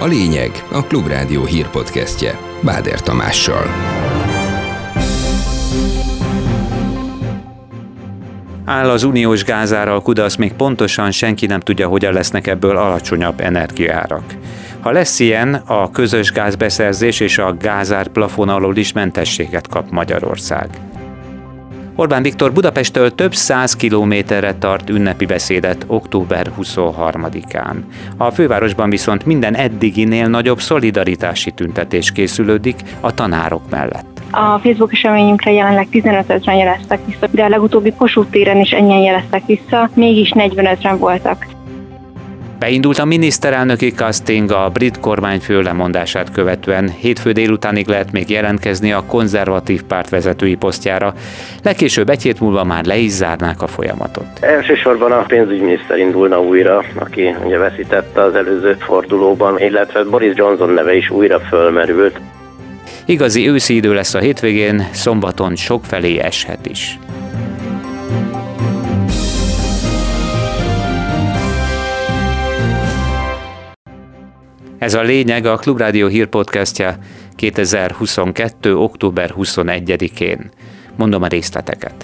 A lényeg a Klubrádió hírpodcastje Báder Tamással. Áll az uniós gázárak, kudarc, még pontosan senki nem tudja, hogyan lesznek ebből alacsonyabb energiaárak. Ha lesz ilyen, a közös gázbeszerzés és a gázár plafon alól is mentességet kap Magyarország. Orbán Viktor Budapesttől több 100 kilométerre tart ünnepi beszédet október 23-án. A fővárosban viszont minden eddiginél nagyobb szolidaritási tüntetés készülődik a tanárok mellett. A Facebook eseményünkre jelenleg 15 000-en jeleztek vissza, de a legutóbbi Kossuth téren is ennyien jeleztek vissza, mégis 40 000-en voltak. Beindult a miniszterelnöki casting a brit kormányfő lemondását követően. Hétfő délutánig lehet még jelentkezni a konzervatív párt vezetői posztjára. Legkésőbb egy hét múlva már le is zárnák a folyamatot. Elsősorban a pénzügyminiszter indulna újra, aki ugye veszítette az előző fordulóban, illetve Boris Johnson neve is újra fölmerült. Igazi őszi idő lesz a hétvégén, szombaton sokfelé eshet is. Ez a lényeg, a Klubrádió hírpodcastja 2022. október 21-én. Mondom a részleteket.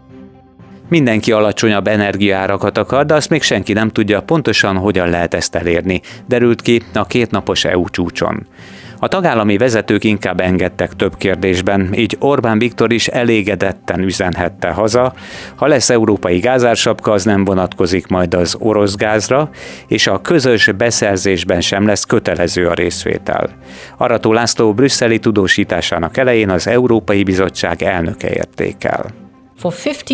Mindenki alacsonyabb energiaárakat akar, de azt még senki nem tudja pontosan, hogyan lehet ezt elérni, derült ki a kétnapos EU csúcson. A tagállami vezetők inkább engedtek több kérdésben, így Orbán Viktor is elégedetten üzenhette haza, ha lesz európai gázársapka, az nem vonatkozik majd az orosz gázra, és a közös beszerzésben sem lesz kötelező a részvétel. Arató László brüsszeli tudósításának elején az Európai Bizottság elnöke értékel. For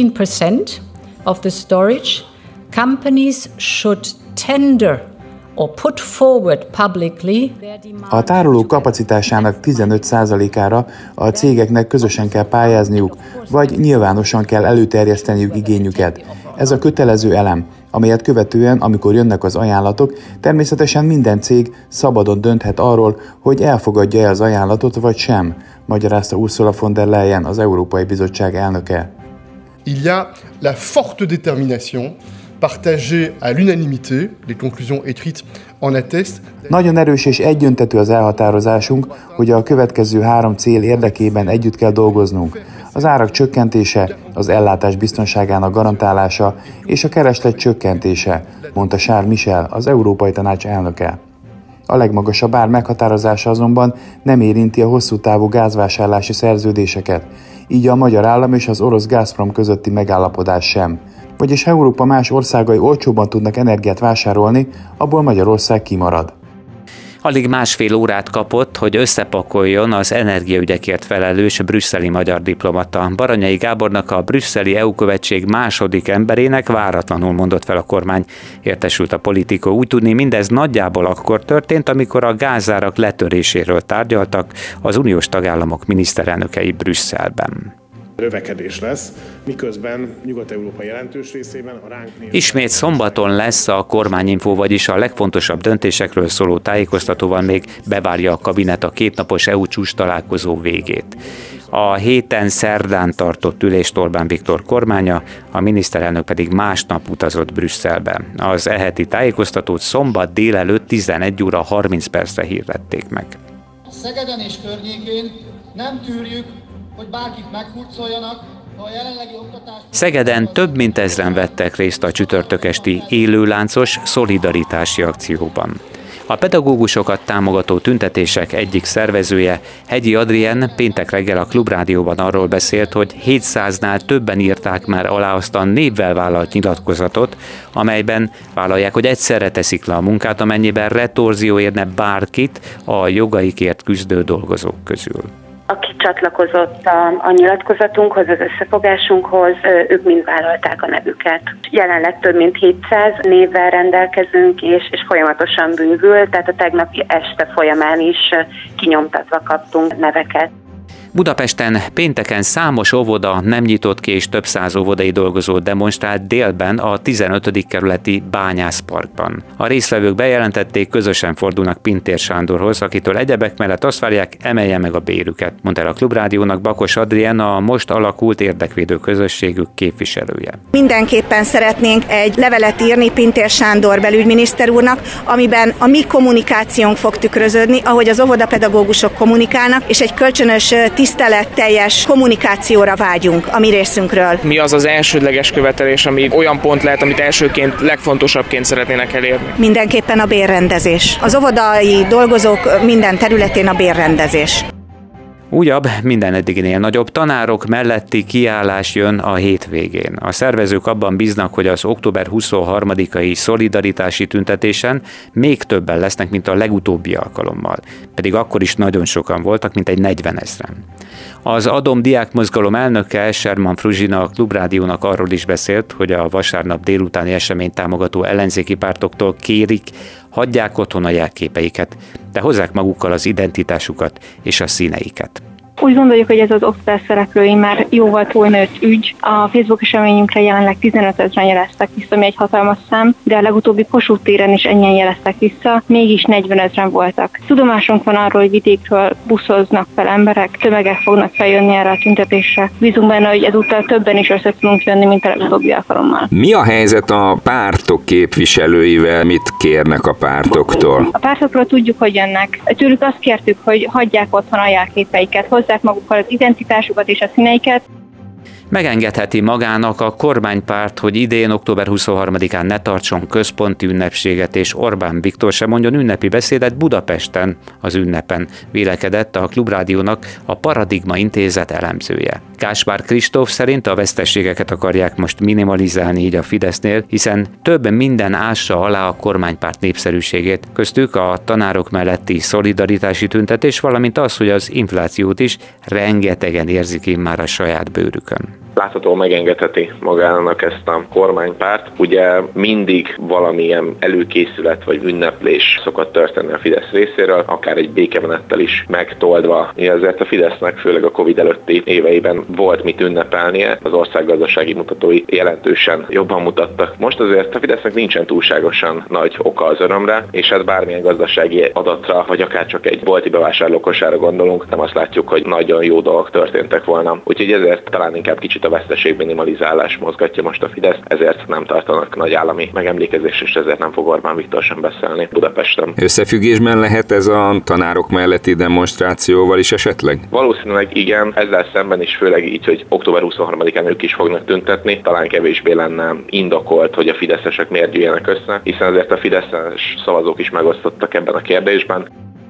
15% of the storage, companies should tender or put forward publicly. A tároló kapacitásának 15%-ára a cégeknek közösen kell pályázniuk, vagy nyilvánosan kell előterjeszteniük igényüket. Ez a kötelező elem, amelyet követően, amikor jönnek az ajánlatok, természetesen minden cég szabadon dönthet arról, hogy elfogadja-e az ajánlatot vagy sem, magyarázta Ursula von der Leyen, az Európai Bizottság elnöke. Il y a la forte détermination partagée à l'unanimité, les conclusions écrites en attestent. Nagyon erős és egyöntetű az elhatározásunk, hogy a következő 3 cél érdekében együtt kell dolgoznunk. Az árak csökkentése, az ellátás biztonságának garantálása és a kereslet csökkentése, mondta Charles Michel, az Európai Tanács elnöke. A legmagasabb ár meghatározása azonban nem érinti a hosszú távú gázvásárlási szerződéseket, így a magyar állam és az orosz Gazprom közötti megállapodás sem. Vagyis ha Európa más országai olcsóbban tudnak energiát vásárolni, abból Magyarország kimarad. Alig másfél órát kapott, hogy összepakoljon az energiaügyekért felelős brüsszeli magyar diplomata. Baranyai Gábornak, a brüsszeli EU-követség második emberének váratlanul mondott fel a kormány, értesült a Politico. Úgy tudni, mindez nagyjából akkor történt, amikor a gázárak letöréséről tárgyaltak az uniós tagállamok miniszterelnökei Brüsszelben. Növekedés lesz, miközben Nyugat-Európa jelentős részében a ránk nézve... Ismét szombaton lesz a kormányinfó, vagyis a legfontosabb döntésekről szóló tájékoztatóval még bevárja a kabinet a kétnapos EU csúcs találkozó végét. A héten szerdán tartott ülést Orbán Viktor kormánya, a miniszterelnök pedig másnap utazott Brüsszelbe. Az eheti tájékoztatót szombat délelőtt 11 óra 30 percre hirdették meg. Szegeden és környékén nem tűrjük, hogy bárkit meghurcoljanak, a jelenlegi oktatás... Szegeden több mint 1000-en vettek részt a csütörtök esti élőláncos szolidaritási akcióban. A pedagógusokat támogató tüntetések egyik szervezője, Hegyi Adrien péntek reggel a Klubrádióban arról beszélt, hogy 700-nál többen írták már alá azt a névvel vállalt nyilatkozatot, amelyben vállalják, hogy egyszerre teszik le a munkát, amennyiben retorzió érne bárkit a jogaikért küzdő dolgozók közül. Aki csatlakozott a nyilatkozatunkhoz, az összefogásunkhoz, ők mind vállalták a nevüket. Jelenleg több mint 700 névvel rendelkezünk, és folyamatosan bővül, tehát a tegnapi este folyamán is kinyomtatva kaptunk neveket. Budapesten pénteken számos óvoda nem nyitott ki, és több száz óvodai dolgozó demonstrált délben a 15. kerületi Bányászparkban. A résztvevők bejelentették, közösen fordulnak Pintér Sándorhoz, akitől egyebek mellett azt várják, emelje meg a bérüket, mondta el a Klubrádiónak Bakos Adrien, a most alakult érdekvédő közösségük képviselője. Mindenképpen szeretnénk egy levelet írni Pintér Sándor belügyminiszter úrnak, amiben a mi kommunikációnk fog tükröződni, ahogy az óvodapedagógusok kommunikálnak, és egy kölcsönös tiszteletteljes kommunikációra vágyunk a mi részünkről. Mi az az elsődleges követelés, ami olyan pont lehet, amit elsőként, legfontosabbként szeretnének elérni? Mindenképpen a bérrendezés. Az óvodai dolgozók minden területén a bérrendezés. Újabb, minden eddiginél nagyobb tanárok melletti kiállás jön a hétvégén. A szervezők abban bíznak, hogy az október 23-ai szolidaritási tüntetésen még többen lesznek, mint a legutóbbi alkalommal. Pedig akkor is nagyon sokan voltak, mint egy 40 000. Az Adom diákmozgalom elnöke, Sherman Fruzsina a Klubrádiónak arról is beszélt, hogy a vasárnap délutáni eseményt támogató ellenzéki pártoktól kérik, hagyják otthon a jelképeiket, de hozzák magukkal az identitásukat és a színeiket. Úgy gondoljuk, hogy ez az oktatás szereplői már jóval túlnőtt ügy. A Facebook eseményünkre jelenleg 15 000-en jeleztek vissza, ami egy hatalmas szám, de a legutóbbi Kossuth téren is ennyien jeleztek vissza, mégis 40 000 voltak. Tudomásunk van arról, hogy vidékről buszoznak fel emberek, tömegek fognak feljönni erre a tüntetésre. Bízunk benne, hogy ezúttal többen is össze tudunk jönni, mint a legutóbbi alkalommal. Mi a helyzet a pártok képviselőivel? Mit kérnek a pártoktól? A pártokról tudjuk, hogy jönnek. Tőlük azt kértük, hogy hagyják otthon a jelképeiket, hozzák magukkal az identitásukat és a színeiket. Megengedheti magának a kormánypárt, hogy idén október 23-án ne tartson központi ünnepséget, és Orbán Viktor sem mondjon ünnepi beszédet Budapesten az ünnepen, vélekedett a Klubrádiónak a Paradigma Intézet elemzője. Káspár Kristóf szerint a veszteségeket akarják most minimalizálni így a Fidesznél, hiszen több minden ássa alá a kormánypárt népszerűségét, köztük a tanárok melletti szolidaritási tüntetés, valamint az, hogy az inflációt is rengetegen érzik immár a saját bőrükön. Láthatóan megengedheti magának ezt a kormánypárt. Ugye mindig valamilyen előkészület vagy ünneplés szokott történni a Fidesz részéről, akár egy békemenettel is megtoldva. Ezért a Fidesznek főleg a Covid előtti éveiben volt mit ünnepelnie, az ország gazdasági mutatói jelentősen jobban mutattak. Most azért a Fidesznek nincsen túlságosan nagy oka az örömre, és hát bármilyen gazdasági adatra, vagy akár csak egy bolti bevásárlókosára gondolunk, nem azt látjuk, hogy nagyon jó dolgok történtek volna. Úgyhogy ezért talán inkább kicsit a veszteségminimalizálás mozgatja most a Fidesz, ezért nem tartanak nagy állami megemlékezést, és ezért nem fog Orbán Viktor sem beszélni Budapesten. Összefüggésben lehet ez a tanárok melletti demonstrációval is esetleg? Valószínűleg igen, ezzel szemben is főleg így, hogy október 23-án ők is fognak tüntetni, talán kevésbé lenne indokolt, hogy a fideszesek miért gyűjjenek össze, hiszen azért a fideszes szavazók is megosztottak ebben a kérdésben.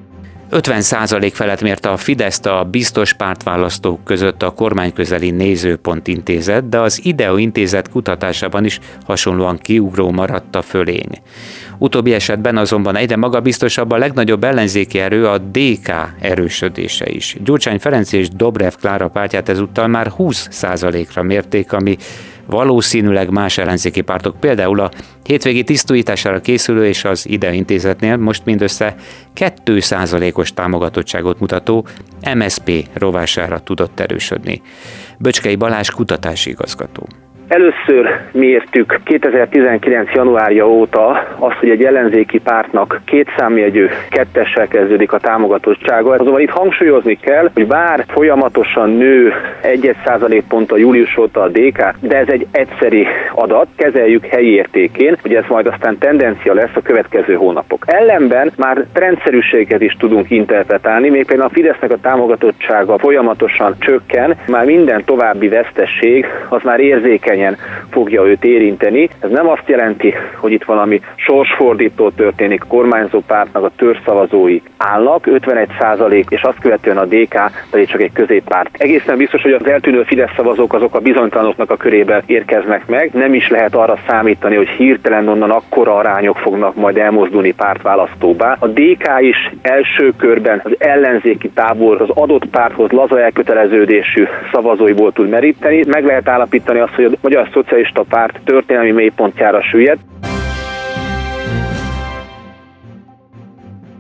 50% felett mért a Fideszt a biztos pártválasztók között a kormányközeli Nézőpont Intézet, de az IDEO Intézet kutatásában is hasonlóan kiugró maradt a fölény. Utóbbi esetben azonban egyre magabiztosabb a legnagyobb ellenzéki erő, a DK erősödése is. Gyurcsány Ferenc és Dobrev Klára pártját ezúttal már 20%-ra mérték, ami valószínűleg más ellenzéki pártok, például a hétvégi tisztújítására készülő és az IDEO Intézetnél most mindössze 2%-os támogatottságot mutató MSZP rovására tudott erősödni. Böcskei Balázs kutatási igazgató. Először mértük 2019. januárja óta azt, hogy egy ellenzéki pártnak két számjegyű kettessel kezdődik a támogatottsága. Azonban itt hangsúlyozni kell, hogy bár folyamatosan nő 1% ponttal július óta a DK, de ez egy egyszeri adat, kezeljük helyi értékén, hogy ez majd aztán tendencia lesz a következő hónapok. Ellenben már rendszerűséget is tudunk interpretálni, még például a Fidesznek a támogatottsága folyamatosan csökken, már minden további vesztesség az már érzékeny fogja őt érinteni. Ez nem azt jelenti, hogy itt valami sorsfordító történik, a kormányzó pártnak a törzszavazói állnak, 51%, és azt követően a DK pedig csak egy középpárt. Egészen biztos, hogy az eltűnő Fidesz szavazók azok a bizonytalanoknak a körébe érkeznek meg. Nem is lehet arra számítani, hogy hirtelen onnan akkora arányok fognak majd elmozdulni pártválasztóba. A DK is első körben az ellenzéki tábor az adott párthoz laza elköteleződésű szavazóiból tud meríteni. Meg lehet állapítani azt, hogy a Magyar Szocialista Párt történelmi mélypontjára süllyedt.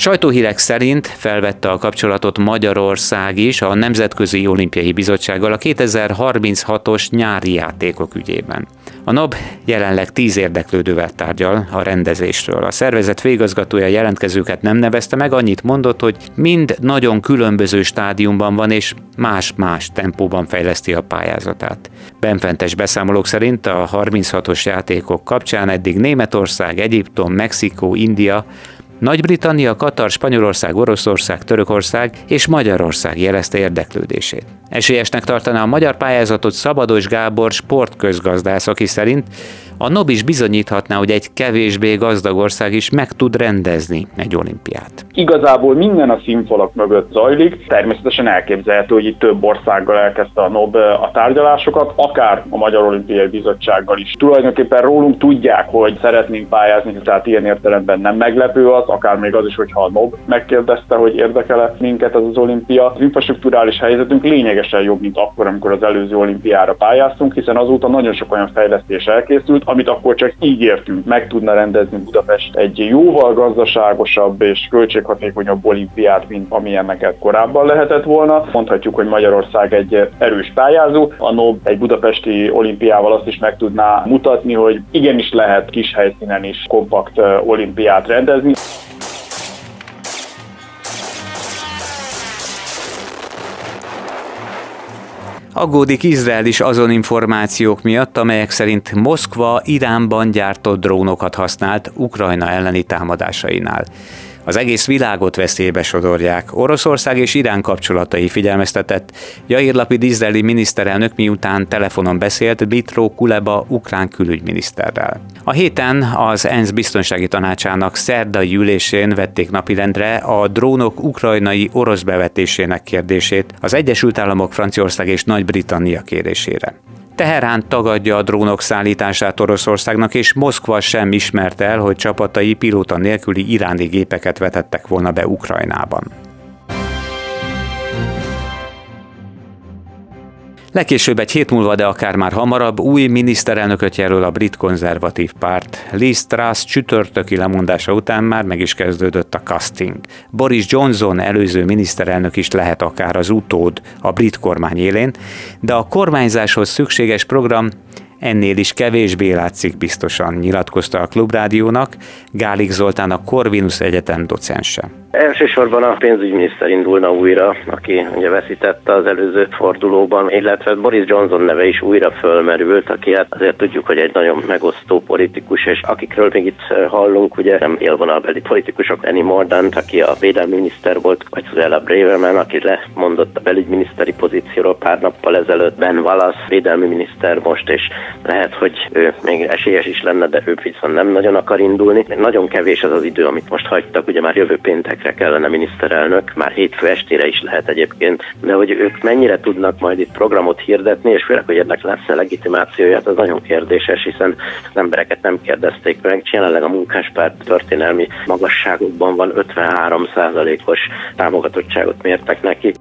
Sajtóhírek szerint felvette a kapcsolatot Magyarország is a Nemzetközi Olimpiai Bizottsággal a 2036-os nyári játékok ügyében. A NOB jelenleg 10 érdeklődővel tárgyal a rendezésről. A szervezet főigazgatója jelentkezőket nem nevezte meg, annyit mondott, hogy mind nagyon különböző stádiumban van és más-más tempóban fejleszti a pályázatát. Benfentes beszámolók szerint a 36-os játékok kapcsán eddig Németország, Egyiptom, Mexikó, India, Nagy-Britannia, Katar, Spanyolország, Oroszország, Törökország és Magyarország jelezte érdeklődését. Esélyesnek tartaná a magyar pályázatot Szabados Gábor sportközgazdász, aki szerint a NOB is bizonyíthatná, hogy egy kevésbé gazdag ország is meg tud rendezni egy olimpiát. Igazából minden a színfalak mögött zajlik. Természetesen elképzelhető, hogy itt több országgal elkezdte a NOB a tárgyalásokat, akár a Magyar Olimpiai Bizottsággal is. Tulajdonképpen rólunk tudják, hogy szeretnénk pályázni, tehát ilyen értelemben nem meglepő az, akár még az is, hogyha a NOB megkérdezte, hogy érdekel-e minket ez az olimpia. Az infrastrukturális helyzetünk lényegesen jobb, mint akkor, amikor az előző olimpiára pályáztunk, hiszen azóta nagyon sok olyan fejlesztés elkészült, amit akkor csak ígértünk, meg tudna rendezni Budapest egy jóval gazdaságosabb és költséghatékonyabb olimpiát, mint amilyeneket korábban lehetett volna. Mondhatjuk, hogy Magyarország egy erős pályázó. A NOB egy budapesti olimpiával azt is meg tudná mutatni, hogy igenis lehet kis helyszínen is kompakt olimpiát rendezni. Aggódik Izrael is azon információk miatt, amelyek szerint Moszkva Iránban gyártott drónokat használt Ukrajna elleni támadásainál. Az egész világot veszélybe sodorják. Oroszország és Irán kapcsolatai, figyelmeztetett Jair Lapid izraeli miniszterelnök, miután telefonon beszélt Dmytro Kuleba ukrán külügyminiszterrel. A héten az ENSZ biztonsági tanácsának szerdai ülésén vették napirendre a drónok ukrajnai orosz bevetésének kérdését az Egyesült Államok, Franciaország és Nagy-Britannia kérésére. Teherán tagadja a drónok szállítását Oroszországnak, és Moszkva sem ismerte el, hogy csapatai pilóta nélküli iráni gépeket vetettek volna be Ukrajnában. Legkésőbb egy hét múlva, de akár már hamarabb új miniszterelnököt jelöl a brit konzervatív párt. Liz Truss csütörtöki lemondása után már meg is kezdődött a casting. Boris Johnson előző miniszterelnök is lehet akár az utód a brit kormány élén, de a kormányzáshoz szükséges program ennél is kevésbé látszik biztosan, nyilatkozta a Klubrádiónak Gálik Zoltán, a Corvinus Egyetem docense. Elsősorban a pénzügyminiszter indulna újra, aki ugye veszítette az előző fordulóban, illetve Boris Johnson neve is újra fölmerült, aki hát azért tudjuk, hogy egy nagyon megosztó politikus, és akikről még itt hallunk, ugye nem élvonalbeli politikusok, Annie Mordaunt, aki a védelmi miniszter volt, vagy Suella Braverman, aki lemondott a belügyminiszteri pozícióról pár nappal ezelőtt, Ben Wallace, védelmi miniszter most, és lehet, hogy ő még esélyes is lenne, de ő viszont nem nagyon akar indulni. Nagyon kevés az az idő, amit most hagytak, ugye már jövő péntekre kellene miniszterelnök, már hétfő estére is lehet egyébként, de hogy ők mennyire tudnak majd itt programot hirdetni, és főleg, hogy ennek lesz legitimációját, az nagyon kérdéses, hiszen az embereket nem kérdezték meg. Jelenleg a Munkáspárt történelmi magasságokban van, 53%-os támogatottságot mértek neki.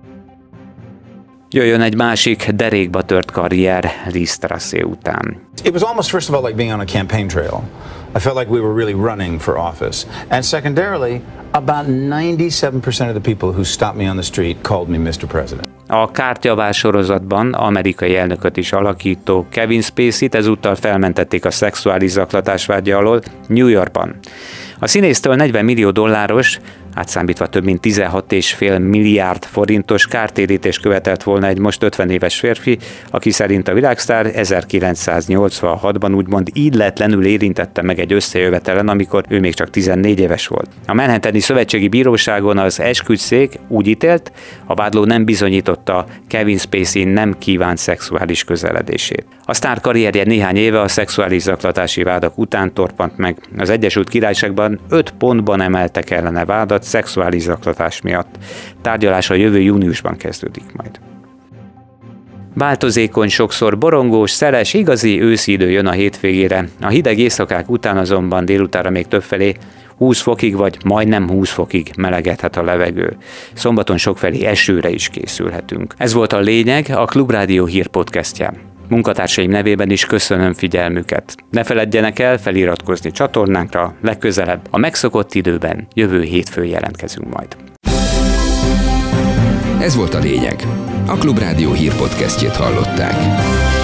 Jöjjön egy másik derékba tört karrier Liz Trussé után. It was almost first of all like being on a campaign trail. I felt like we were really running for office. And secondarily, about 97% of the people who stopped me on the street called me Mr. President. A Kártyavár sorozatban amerikai elnököt is alakító Kevin Spacey-t ezúttal felmentették a szexuális zaklatás vádja alól New Yorkban. A színésztől $40 millió, átszámítva több mint 16,5 milliárd forintos kártérítést követelt volna egy most 50 éves férfi, aki szerint a világsztár 1986-ban úgymond ídletlenül érintette meg egy összejövetelen, amikor ő még csak 14 éves volt. A Manhattani Szövetségi Bíróságon az esküdtszék úgy ítélt, a vádló nem bizonyította Kevin Spacey nem kívánt szexuális közeledését. A sztár karrierje néhány éve a szexuális zaklatási vádak után torpant meg. Az Egyesült Királyságban 5 pontban emeltek ellene vádat szexuális zaklatás miatt. Tárgyalása jövő júniusban kezdődik majd. Változékony, sokszor borongós, szeles, igazi őszi idő jön a hétvégére. A hideg éjszakák után azonban délutánra még többfelé 20 fokig vagy majdnem 20 fokig melegedhet a levegő. Szombaton sokfelé esőre is készülhetünk. Ez volt a lényeg, a Klubrádió hírpodcastje. Munkatársaim nevében is köszönöm figyelmüket. Ne feledjenek el feliratkozni csatornánkra, legközelebb a megszokott időben, jövő hétfőn jelentkezünk majd. Ez volt a lényeg. A Klubrádió hírpodcastjét hallották.